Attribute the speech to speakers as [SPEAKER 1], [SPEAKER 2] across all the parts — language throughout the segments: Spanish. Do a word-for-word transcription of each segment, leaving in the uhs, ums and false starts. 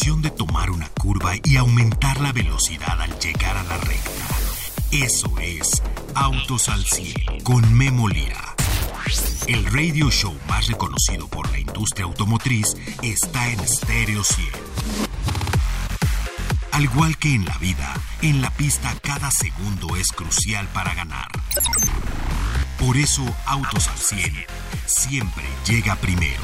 [SPEAKER 1] decisión de tomar una curva y aumentar la velocidad al llegar a la recta. Eso es Autos al cien con Memo Lira. El radio show más reconocido por la industria automotriz está en Stereo cien. Al igual que en la vida, en la pista cada segundo es crucial para ganar. Por eso Autos al cien siempre llega primero.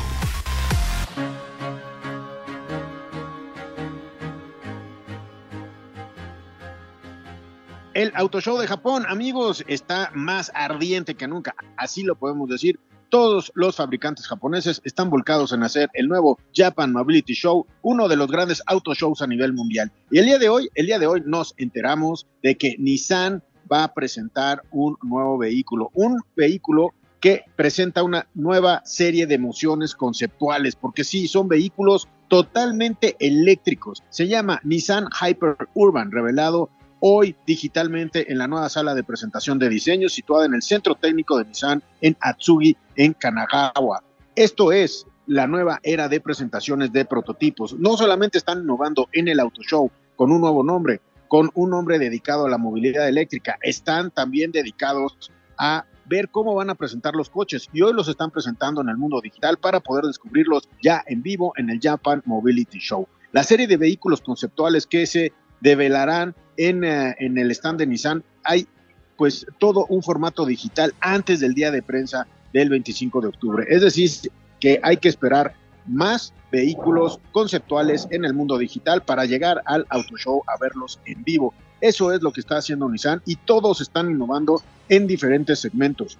[SPEAKER 2] El Auto Show de Japón, amigos, está más ardiente que nunca, así lo podemos decir. Todos los fabricantes japoneses están volcados en hacer el nuevo Japan Mobility Show, uno de los grandes auto shows a nivel mundial. Y el día de hoy, el día de hoy nos enteramos de que Nissan va a presentar un nuevo vehículo, un vehículo que presenta una nueva serie de emociones conceptuales, porque sí, son vehículos totalmente eléctricos. Se llama Nissan Hyper Urban, revelado hoy digitalmente en la nueva sala de presentación de diseño situada en el Centro Técnico de Nissan en Atsugi, en Kanagawa. Esto es la nueva era de presentaciones de prototipos. No solamente están innovando en el Auto Show con un nuevo nombre, con un nombre dedicado a la movilidad eléctrica, están también dedicados a ver cómo van a presentar los coches y hoy los están presentando en el mundo digital para poder descubrirlos ya en vivo en el Japan Mobility Show. La serie de vehículos conceptuales que se develarán en, uh, en el stand de Nissan, hay pues todo un formato digital antes del día de prensa del veinticinco de octubre, es decir, que hay que esperar más vehículos conceptuales en el mundo digital para llegar al Auto Show a verlos en vivo. Eso es lo que está haciendo Nissan y todos están innovando en diferentes segmentos.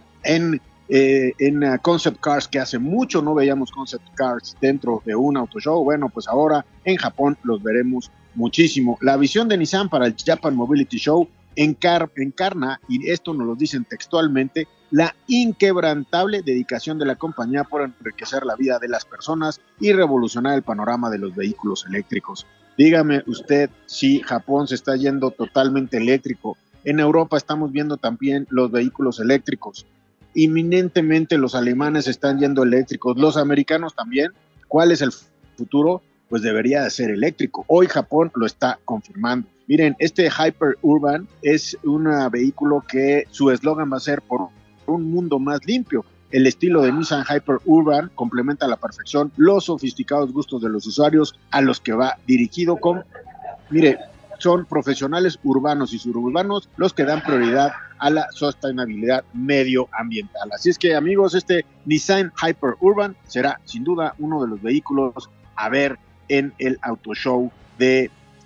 [SPEAKER 2] En Eh, en uh, concept cars, que hace mucho no veíamos concept cars dentro de un auto show, bueno, pues ahora en Japón los veremos muchísimo. La visión de Nissan para el Japan Mobility Show encar- encarna, y esto nos lo dicen textualmente, la inquebrantable dedicación de la compañía por enriquecer la vida de las personas y revolucionar el panorama de los vehículos eléctricos. Dígame usted si Japón se está yendo totalmente eléctrico. En Europa estamos viendo también los vehículos eléctricos. Inminentemente los alemanes están yendo eléctricos, los americanos también. ¿Cuál es el futuro? Pues debería de ser eléctrico. Hoy Japón lo está confirmando. Miren, este Hyper Urban es un vehículo que su eslogan va a ser por un mundo más limpio. El estilo de Nissan Hyper Urban complementa a la perfección los sofisticados gustos de los usuarios a los que va dirigido con, mire, son profesionales urbanos y suburbanos los que dan prioridad a la sostenibilidad medioambiental. Así es que, amigos, este Nissan Hyper Urban será sin duda uno de los vehículos a ver en el Auto Show de,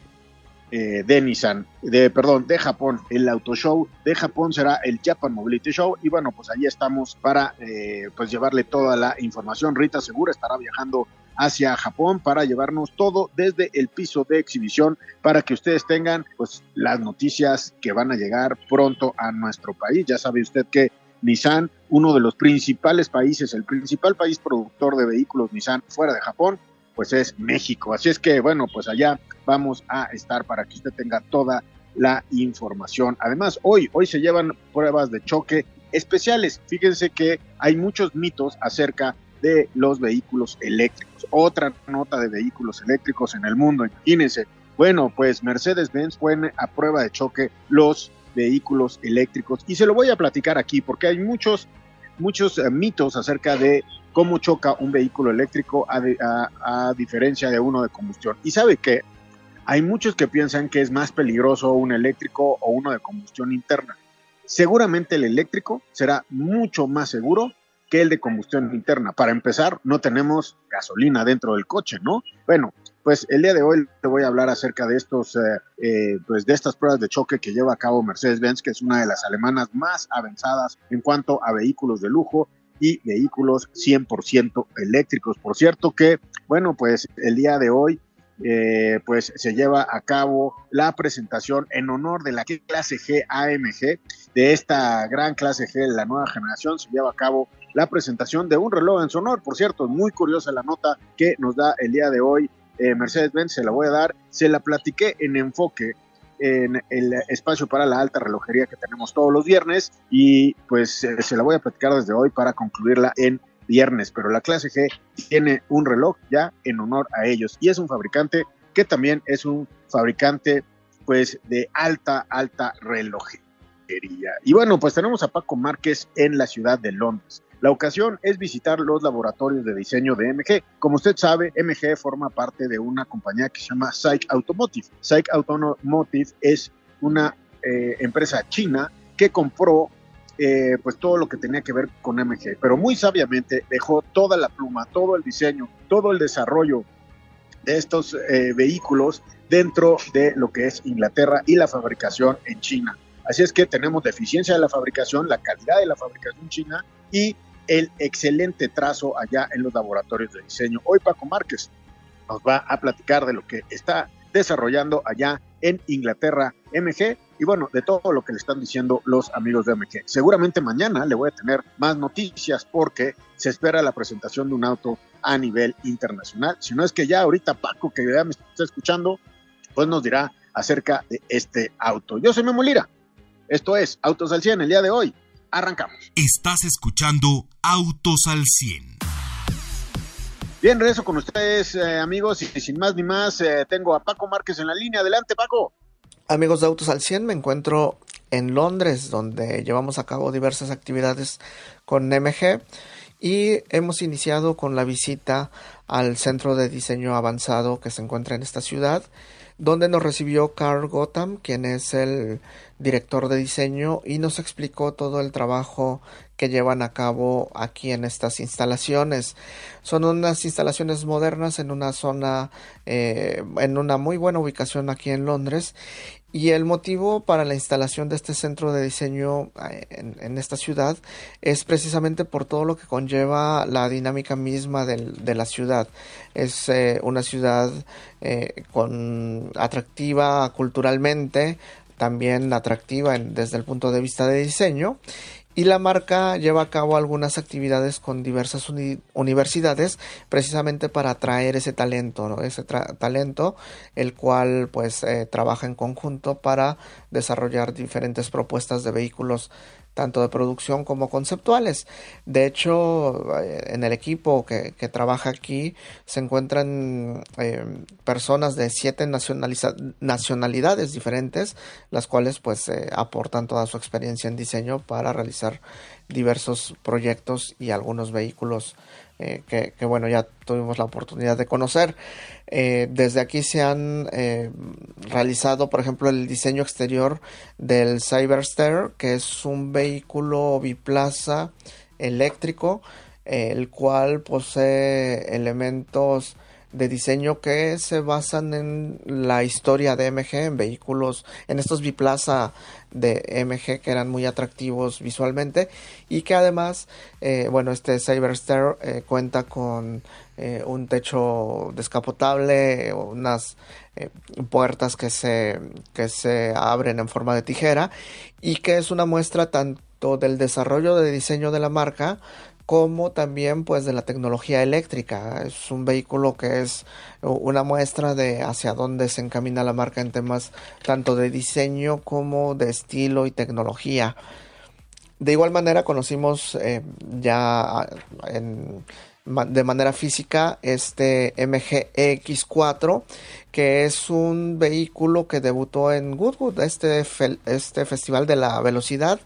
[SPEAKER 2] eh, de Nissan, de, perdón, de Japón. El Auto Show de Japón será el Japan Mobility Show y bueno, pues allí estamos para eh, pues llevarle toda la información. Rita Segura estará viajando hacia Japón para llevarnos todo desde el piso de exhibición para que ustedes tengan pues las noticias que van a llegar pronto a nuestro país. Ya sabe usted que Nissan, uno de los principales países, el principal país productor de vehículos Nissan fuera de Japón, pues es México. Así es que bueno, pues allá vamos a estar para que usted tenga toda la información. Además, hoy, hoy se llevan pruebas de choque especiales. Fíjense que hay muchos mitos acerca de los vehículos eléctricos. Otra nota de vehículos eléctricos en el mundo, imagínense. Bueno, pues Mercedes-Benz pone a prueba de choque los vehículos eléctricos y se lo voy a platicar aquí porque hay muchos, muchos uh, mitos acerca de cómo choca un vehículo eléctrico a, de, a, a diferencia de uno de combustión. Y sabe que hay muchos que piensan que es más peligroso un eléctrico o uno de combustión interna. Seguramente el eléctrico será mucho más seguro que el de combustión interna. Para empezar, no tenemos gasolina dentro del coche, ¿no? Bueno, pues el día de hoy te voy a hablar acerca de estos, eh, eh, pues de estas pruebas de choque que lleva a cabo Mercedes-Benz, que es una de las alemanas más avanzadas en cuanto a vehículos de lujo y vehículos cien por ciento eléctricos. Por cierto que, bueno, pues el día de hoy Eh, pues se lleva a cabo la presentación en honor de la clase G A M G, de esta gran clase G, la nueva generación. Se lleva a cabo la presentación de un reloj en su honor. Por cierto, muy curiosa la nota que nos da el día de hoy eh, Mercedes-Benz, se la voy a dar, se la platiqué en Enfoque, en el espacio para la alta relojería que tenemos todos los viernes, y pues eh, se la voy a platicar desde hoy para concluirla en viernes, pero la clase G tiene un reloj ya en honor a ellos y es un fabricante que también es un fabricante pues de alta, alta relojería. Y bueno, pues tenemos a Paco Márquez en la ciudad de Londres. La ocasión es visitar los laboratorios de diseño de M G. Como usted sabe, M G forma parte de una compañía que se llama SAIC Automotive. SAIC Automotive es una eh, empresa china que compró eh, pues todo lo que tenía que ver con M G, pero muy sabiamente dejó toda la pluma, todo el diseño, todo el desarrollo de estos eh, vehículos dentro de lo que es Inglaterra y la fabricación en China. Así es que tenemos deficiencia de la fabricación, la calidad de la fabricación china y el excelente trazo allá en los laboratorios de diseño. Hoy Paco Márquez nos va a platicar de lo que está desarrollando allá en Inglaterra M G y bueno, de todo lo que le están diciendo los amigos de M G. Seguramente mañana le voy a tener más noticias porque se espera la presentación de un auto a nivel internacional. Si no es que ya ahorita Paco, que ya me está escuchando, pues nos dirá acerca de este auto. Yo soy Memo Lira. Esto es Autos al cien. El día de hoy arrancamos.
[SPEAKER 1] Estás escuchando Autos al cien.
[SPEAKER 2] Bien, regreso con ustedes, eh, amigos, y sin más ni más, eh, tengo a Paco Márquez en la línea. Adelante, Paco.
[SPEAKER 3] Amigos de Autos al cien, me encuentro en Londres, donde llevamos a cabo diversas actividades con M G y hemos iniciado con la visita al Centro de Diseño Avanzado que se encuentra en esta ciudad, donde nos recibió Carl Gotham, quien es el director de diseño, y nos explicó todo el trabajo que llevan a cabo aquí en estas instalaciones. Son unas instalaciones modernas en una zona, eh, en una muy buena ubicación aquí en Londres, y el motivo para la instalación de este centro de diseño en, en esta ciudad es precisamente por todo lo que conlleva la dinámica misma del, de la ciudad. Es eh, una ciudad eh, con atractiva culturalmente, también atractiva en, desde el punto de vista de diseño, y la marca lleva a cabo algunas actividades con diversas uni- universidades precisamente para atraer ese talento, ¿no? Ese tra- talento, el cual pues eh, trabaja en conjunto para desarrollar diferentes propuestas de vehículos tanto de producción como conceptuales. De hecho, en el equipo que, que trabaja aquí se encuentran eh, personas de siete nacionaliza- nacionalidades diferentes, las cuales pues eh, aportan toda su experiencia en diseño para realizar diversos proyectos y algunos vehículos eh, que, que bueno, ya tuvimos la oportunidad de conocer. Eh, desde aquí se han eh, realizado, por ejemplo, el diseño exterior del Cyberster, que es un vehículo biplaza eléctrico, eh, el cual posee elementos de diseño que se basan en la historia de M G, en vehículos, en estos biplaza de M G que eran muy atractivos visualmente, y que además, eh, bueno, este Cyberster eh, cuenta con eh, un techo descapotable, unas eh, puertas que se, que se abren en forma de tijera, y que es una muestra tanto del desarrollo de diseño de la marca como también pues de la tecnología eléctrica. Es un vehículo que es una muestra de hacia dónde se encamina la marca en temas tanto de diseño como de estilo y tecnología. De igual manera conocimos eh, ya en, de manera física este M G E X cuatro, que es un vehículo que debutó en Goodwood, este, fe, este festival de la velocidad,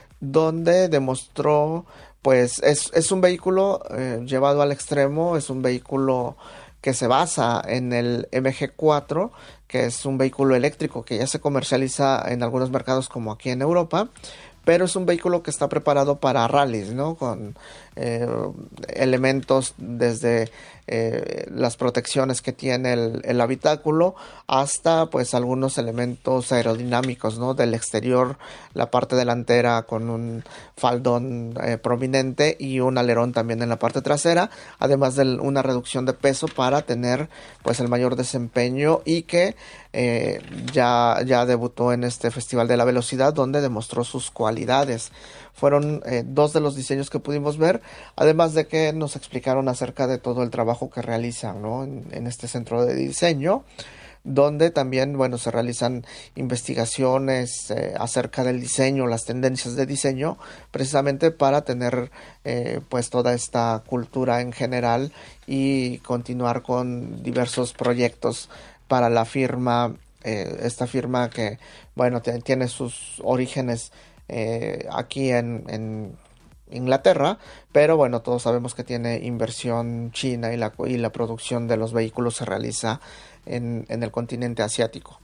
[SPEAKER 3] donde demostró pues es, es un vehículo eh, llevado al extremo. Es un vehículo que se basa en el M G cuatro, que es un vehículo eléctrico que ya se comercializa en algunos mercados como aquí en Europa, pero es un vehículo que está preparado para rallies, ¿no? Con eh, elementos desde eh, las protecciones que tiene el, el habitáculo hasta pues algunos elementos aerodinámicos, ¿no? Del exterior, la parte delantera con un faldón eh, prominente y un alerón también en la parte trasera, además de una reducción de peso para tener pues el mayor desempeño, y que eh, ya, ya debutó en este Festival de la Velocidad, donde demostró sus cualidades. Fueron eh, dos de los diseños que pudimos ver, además de que nos explicaron acerca de todo el trabajo que realizan, ¿no? en, en este centro de diseño. donde también, bueno, se realizan investigaciones eh, acerca del diseño, las tendencias de diseño, precisamente para tener eh, pues toda esta cultura en general y continuar con diversos proyectos para la firma, eh, esta firma que, bueno, t- tiene sus orígenes eh, aquí en, en Inglaterra, pero bueno, todos sabemos que tiene inversión china y la, y la producción de los vehículos se realiza en, en el continente asiático.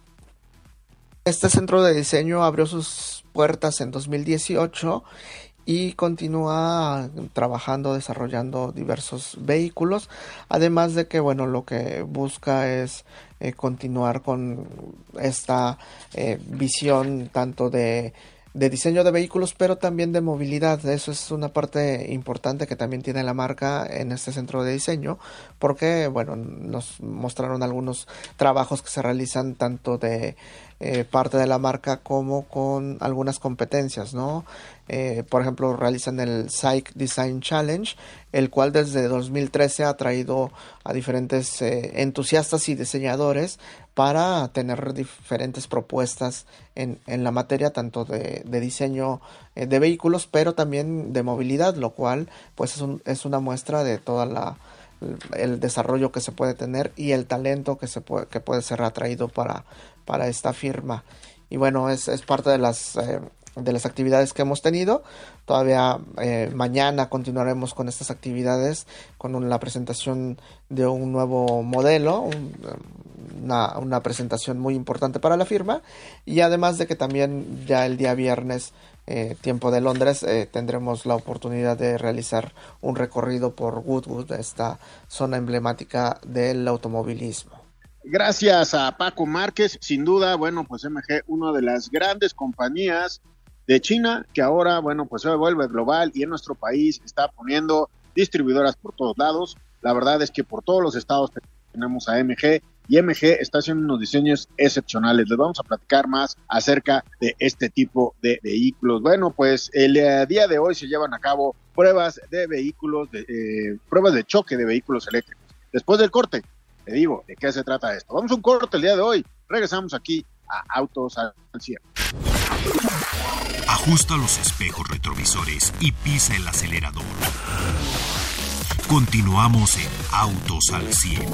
[SPEAKER 3] Este centro de diseño abrió sus puertas en dos mil dieciocho y continúa trabajando, desarrollando diversos vehículos, además de que, bueno, lo que busca es eh, continuar con esta eh, visión tanto de de diseño de vehículos, pero también de movilidad. Eso es una parte importante que también tiene la marca en este centro de diseño, porque, bueno, nos mostraron algunos trabajos que se realizan tanto de eh, parte de la marca como con algunas competencias, ¿no? Eh, por ejemplo, realizan el Psych Design Challenge, el cual desde dos mil trece ha traído a diferentes eh, entusiastas y diseñadores para tener diferentes propuestas en, en la materia tanto de, de diseño eh, de vehículos, pero también de movilidad, lo cual pues es, un, es una muestra de toda la el desarrollo que se puede tener y el talento que se puede, que puede ser atraído para, para esta firma. Y bueno, es, es parte de las eh, de las actividades que hemos tenido. Todavía eh, mañana continuaremos con estas actividades con un, la presentación de un nuevo modelo, un, una, una presentación muy importante para la firma, y además de que también ya el día viernes eh, tiempo de Londres eh, tendremos la oportunidad de realizar un recorrido por Goodwood, esta zona emblemática del automovilismo.
[SPEAKER 2] Gracias a Paco Márquez, sin duda, bueno, pues M G, una de las grandes compañías de China, que ahora, bueno, pues se vuelve global y en nuestro país está poniendo distribuidoras por todos lados. La verdad es que por todos los estados tenemos a M G y M G está haciendo unos diseños excepcionales. Les vamos a platicar más acerca de este tipo de vehículos. Bueno, pues el eh, día de hoy se llevan a cabo pruebas de vehículos, de, eh, pruebas de choque de vehículos eléctricos. Después del corte, te digo de qué se trata esto. Vamos a un corte el día de hoy. Regresamos aquí a Autos al cien.
[SPEAKER 1] Ajusta los espejos retrovisores y pisa el acelerador. Continuamos en Autos al cien.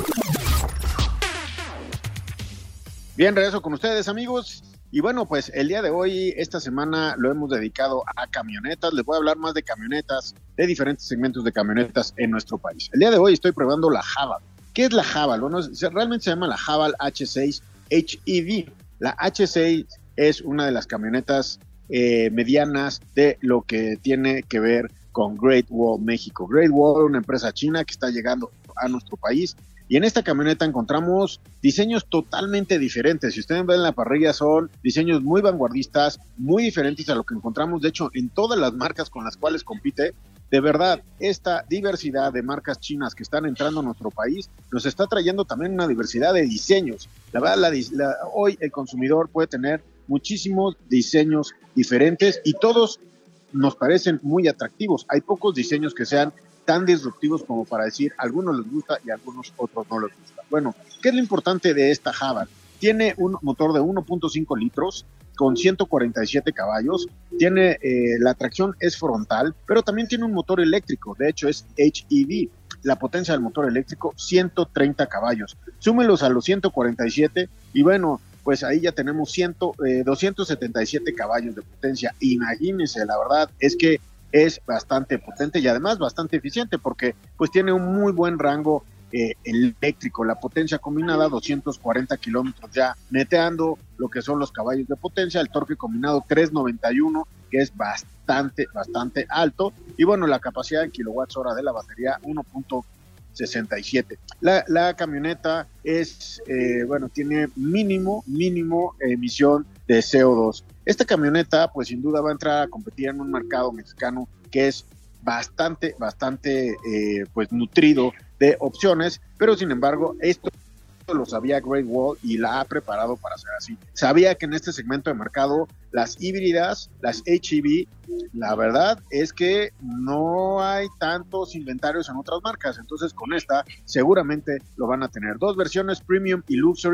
[SPEAKER 2] Bien, regreso con ustedes, amigos. Y bueno, pues el día de hoy, esta semana, lo hemos dedicado a camionetas. Les voy a hablar más de camionetas, de diferentes segmentos de camionetas en nuestro país. El día de hoy estoy probando la Haval. ¿Qué es la Haval? Bueno, realmente se llama la Haval H seis H E V. La H seis es una de las camionetas eh, medianas de lo que tiene que ver con Great Wall México. Great Wall, una empresa china que está llegando a nuestro país. Y en esta camioneta encontramos diseños totalmente diferentes. Si ustedes ven en la parrilla, son diseños muy vanguardistas, muy diferentes a lo que encontramos, de hecho, en todas las marcas con las cuales compite. De verdad, esta diversidad de marcas chinas que están entrando a nuestro país nos está trayendo también una diversidad de diseños. La verdad, la, la, hoy el consumidor puede tener muchísimos diseños diferentes y todos nos parecen muy atractivos. Hay pocos diseños que sean tan disruptivos como para decir a algunos les gusta y a algunos otros no les gusta. Bueno, ¿qué es lo importante de esta Haval? Tiene un motor de uno punto cinco litros con ciento cuarenta y siete caballos, tiene eh, la tracción es frontal, pero también tiene un motor eléctrico, de hecho es H E V. La potencia del motor eléctrico, ciento treinta caballos. Súmelos a los ciento cuarenta y siete y bueno, pues ahí ya tenemos cien, eh, doscientos setenta y siete caballos de potencia. Imagínense, la verdad es que es bastante potente y además bastante eficiente porque pues tiene un muy buen rango eh, eléctrico. La potencia combinada, doscientos cuarenta kilómetros ya neteando lo que son los caballos de potencia. El torque combinado, trescientos noventa y uno, que es bastante, bastante alto. Y bueno, la capacidad en kilowatts hora de la batería, uno punto sesenta y siete. La, la camioneta es, eh, bueno, tiene mínimo, mínimo emisión de C O dos. Esta camioneta, pues sin duda va a entrar a competir en un mercado mexicano que es bastante, bastante, eh, pues nutrido de opciones, pero sin embargo, esto lo sabía Great Wall y la ha preparado para ser así. Sabía que en este segmento de mercado, las híbridas, las H E V, la verdad es que no hay tantos inventarios en otras marcas, entonces con esta seguramente lo van a tener. Dos versiones, Premium y Luxury,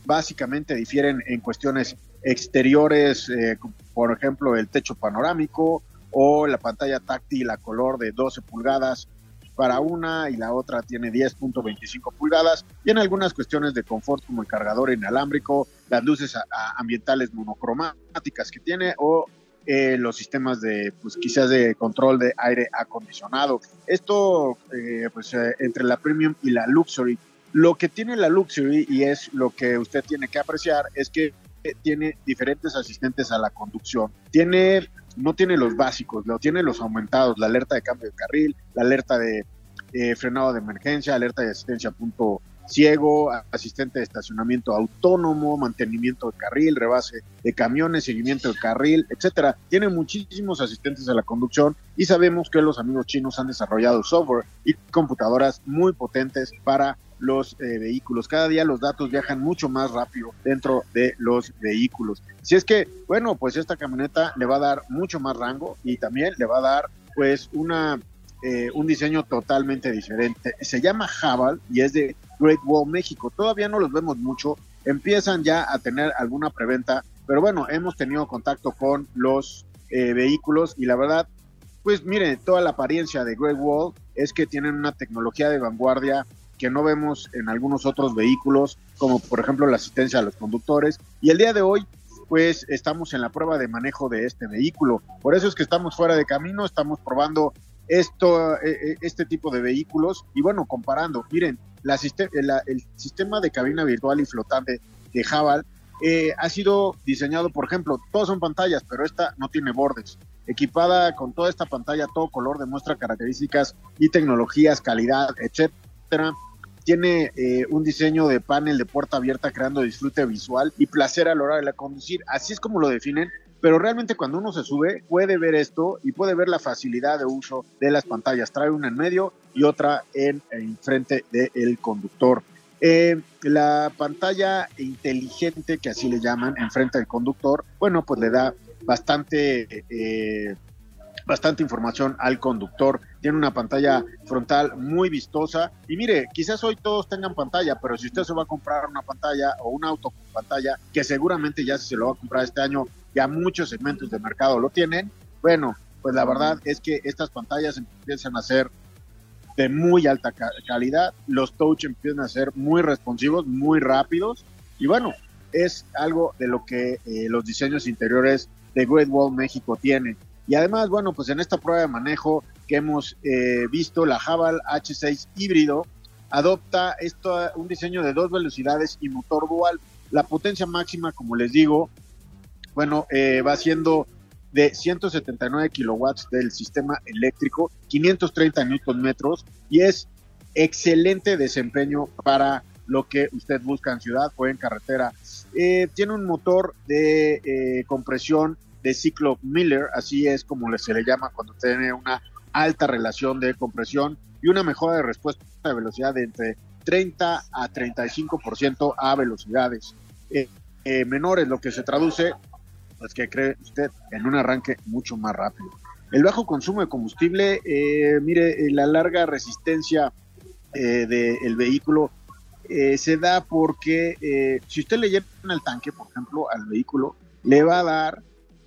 [SPEAKER 2] básicamente difieren en cuestiones exteriores, eh, por ejemplo, el techo panorámico o la pantalla táctil a color de doce pulgadas para una y la otra tiene diez punto veinticinco pulgadas, y en algunas cuestiones de confort como el cargador inalámbrico, las luces a, a ambientales monocromáticas que tiene o eh, los sistemas de, pues quizás de control de aire acondicionado. Esto eh, pues eh, entre la Premium y la Luxury. Lo que tiene la Luxury, y es lo que usted tiene que apreciar, es que tiene diferentes asistentes a la conducción. Tiene, no tiene los básicos, no tiene los aumentados, la alerta de cambio de carril, la alerta de eh, frenado de emergencia, alerta de asistencia a punto ciego, asistente de estacionamiento autónomo, mantenimiento de carril, rebase de camiones, seguimiento de carril, etcétera. Tiene muchísimos asistentes a la conducción y sabemos que los amigos chinos han desarrollado software y computadoras muy potentes para los eh, vehículos. Cada día los datos viajan mucho más rápido dentro de los vehículos. Si es que, bueno, pues esta camioneta le va a dar mucho más rango y también le va a dar pues una eh, un diseño totalmente diferente. Se llama Haval y es de Great Wall México. Todavía no los vemos mucho, empiezan ya a tener alguna preventa, pero bueno, hemos tenido contacto con los eh, vehículos y la verdad, pues miren, toda la apariencia de Great Wall es que tienen una tecnología de vanguardia que no vemos en algunos otros vehículos, como por ejemplo la asistencia a los conductores, y el día de hoy pues estamos en la prueba de manejo de este vehículo. Por eso es que estamos fuera de camino, estamos probando esto, este tipo de vehículos y bueno, comparando, miren, la, la, el sistema de cabina virtual y flotante de Haval eh, ha sido diseñado, por ejemplo, todos son pantallas, pero esta no tiene bordes. Equipada con toda esta pantalla, todo color, demuestra características y tecnologías, calidad, etcétera. Tiene eh, un diseño de panel de puerta abierta creando disfrute visual y placer a la hora de conducir. Así es como lo definen, pero realmente cuando uno se sube puede ver esto y puede ver la facilidad de uso de las pantallas. Trae una en medio y otra en, en frente del conductor. Eh, la pantalla inteligente, que así le llaman, enfrente del conductor, bueno, pues le da bastante... Eh, bastante información al conductor. Tiene una pantalla frontal muy vistosa y mire, quizás hoy todos tengan pantalla, pero si usted se va a comprar una pantalla o un auto con pantalla, que seguramente ya se lo va a comprar este año, ya muchos segmentos de mercado lo tienen, bueno, pues la verdad es que estas pantallas empiezan a ser de muy alta ca- calidad, los touch empiezan a ser muy responsivos, muy rápidos y bueno, es algo de lo que eh, los diseños interiores de Great Wall México tienen. Y además, bueno, pues en esta prueba de manejo que hemos eh, visto, la Haval H seis híbrido adopta esto, un diseño de dos velocidades y motor dual. La potencia máxima, como les digo, bueno, eh, va siendo de ciento setenta y nueve kilowatts del sistema eléctrico, quinientos treinta newton metros, y es excelente desempeño para lo que usted busca en ciudad o en carretera. Eh, tiene un motor de eh, compresión de ciclo Miller, así es como se le llama cuando tiene una alta relación de compresión y una mejora de respuesta de velocidad de entre treinta a treinta y cinco por ciento a velocidades eh, eh, menores, lo que se traduce, pues que cree usted, en un arranque mucho más rápido. El bajo consumo de combustible, eh, mire, la larga resistencia eh, del vehículo eh, se da porque eh, si usted le llena el tanque, por ejemplo, al vehículo, le va a dar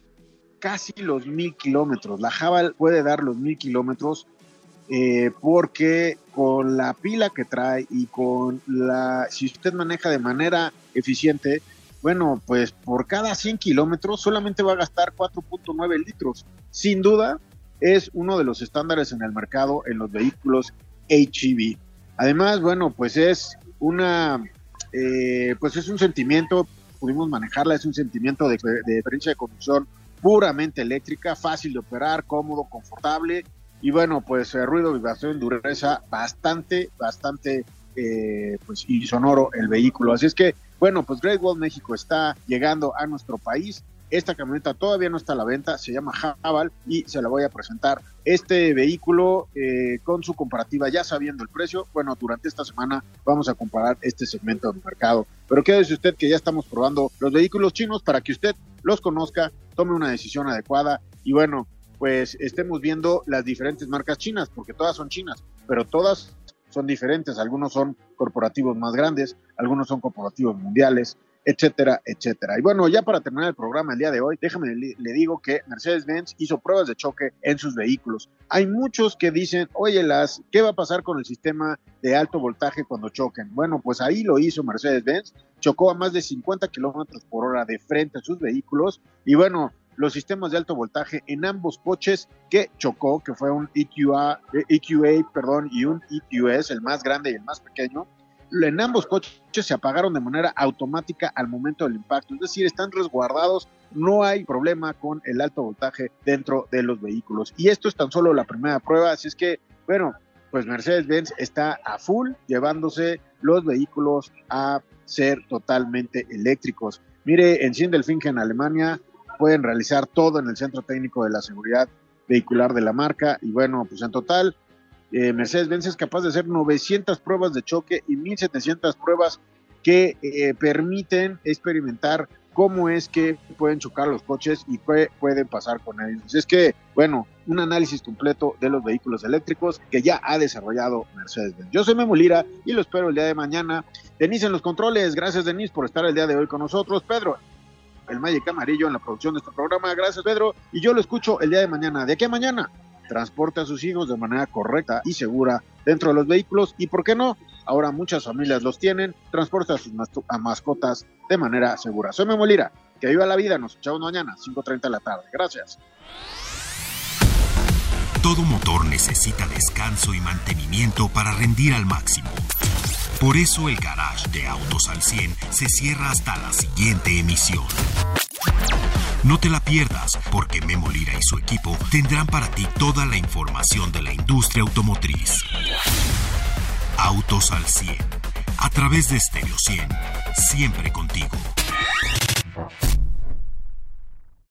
[SPEAKER 2] casi los mil kilómetros. La Haval puede dar los mil kilómetros eh, porque con la pila que trae y con la, si usted maneja de manera eficiente, bueno, pues por cada cien kilómetros solamente va a gastar cuatro punto nueve litros. Sin duda, es uno de los estándares en el mercado en los vehículos H E V. Además, bueno, pues es una, eh, pues es un sentimiento, pudimos manejarla, es un sentimiento de, de experiencia de conducción puramente eléctrica, fácil de operar, cómodo, confortable y bueno, pues eh, ruido, vibración, dureza, bastante, bastante eh, pues y sonoro el vehículo. Así es que, bueno, pues Great Wall México está llegando a nuestro país. Esta camioneta todavía no está a la venta, se llama Haval y se la voy a presentar. Este vehículo eh, con su comparativa, ya sabiendo el precio, bueno, durante esta semana vamos a comparar este segmento del mercado. Pero quédese usted que ya estamos probando los vehículos chinos para que usted los conozca, tome una decisión adecuada y bueno, pues estemos viendo las diferentes marcas chinas, porque todas son chinas, pero todas son diferentes, algunos son corporativos más grandes, algunos son corporativos mundiales, etcétera, etcétera. Y bueno, ya para terminar el programa el día de hoy, déjame le, le digo que Mercedes-Benz hizo pruebas de choque en sus vehículos. Hay muchos que dicen, oye, las, ¿qué va a pasar con el sistema de alto voltaje cuando choquen? Bueno, pues ahí lo hizo Mercedes-Benz, chocó a más de cincuenta kilómetros por hora de frente a sus vehículos, y bueno, los sistemas de alto voltaje en ambos coches que chocó, que fue un E Q A, E Q A perdón, y un E Q S, el más grande y el más pequeño, en ambos coches se apagaron de manera automática al momento del impacto, es decir, están resguardados, no hay problema con el alto voltaje dentro de los vehículos. Y esto es tan solo la primera prueba, así es que, bueno, pues Mercedes-Benz está a full llevándose los vehículos a ser totalmente eléctricos. Mire, en Sindelfingen, Alemania, pueden realizar todo en el Centro Técnico de la Seguridad Vehicular de la marca, y bueno, pues en total, Eh, Mercedes-Benz es capaz de hacer novecientas pruebas de choque y mil setecientas pruebas que eh, permiten experimentar cómo es que pueden chocar los coches y qué pueden pasar con ellos. Es que, bueno, un análisis completo de los vehículos eléctricos que ya ha desarrollado Mercedes-Benz. Yo soy Memo Lira y lo espero el día de mañana. Denise en los controles, gracias Denise por estar el día de hoy con nosotros. Pedro, el Magic Amarillo en la producción de este programa, gracias Pedro, y yo lo escucho el día de mañana. ¿De aquí a mañana? Transporte a sus hijos de manera correcta y segura dentro de los vehículos, y por qué no, ahora muchas familias los tienen, transporta a sus mas- a mascotas de manera segura. Soy Memo Lira, que viva la vida, nos escuchamos mañana, cinco treinta de la tarde, gracias.
[SPEAKER 1] Todo motor necesita descanso y mantenimiento para rendir al máximo. Por eso el garage de Autos al cien se cierra hasta la siguiente emisión. No te la pierdas, porque Memo Lira y su equipo tendrán para ti toda la información de la industria automotriz. Autos al cien, a través de Stereo cien, siempre contigo.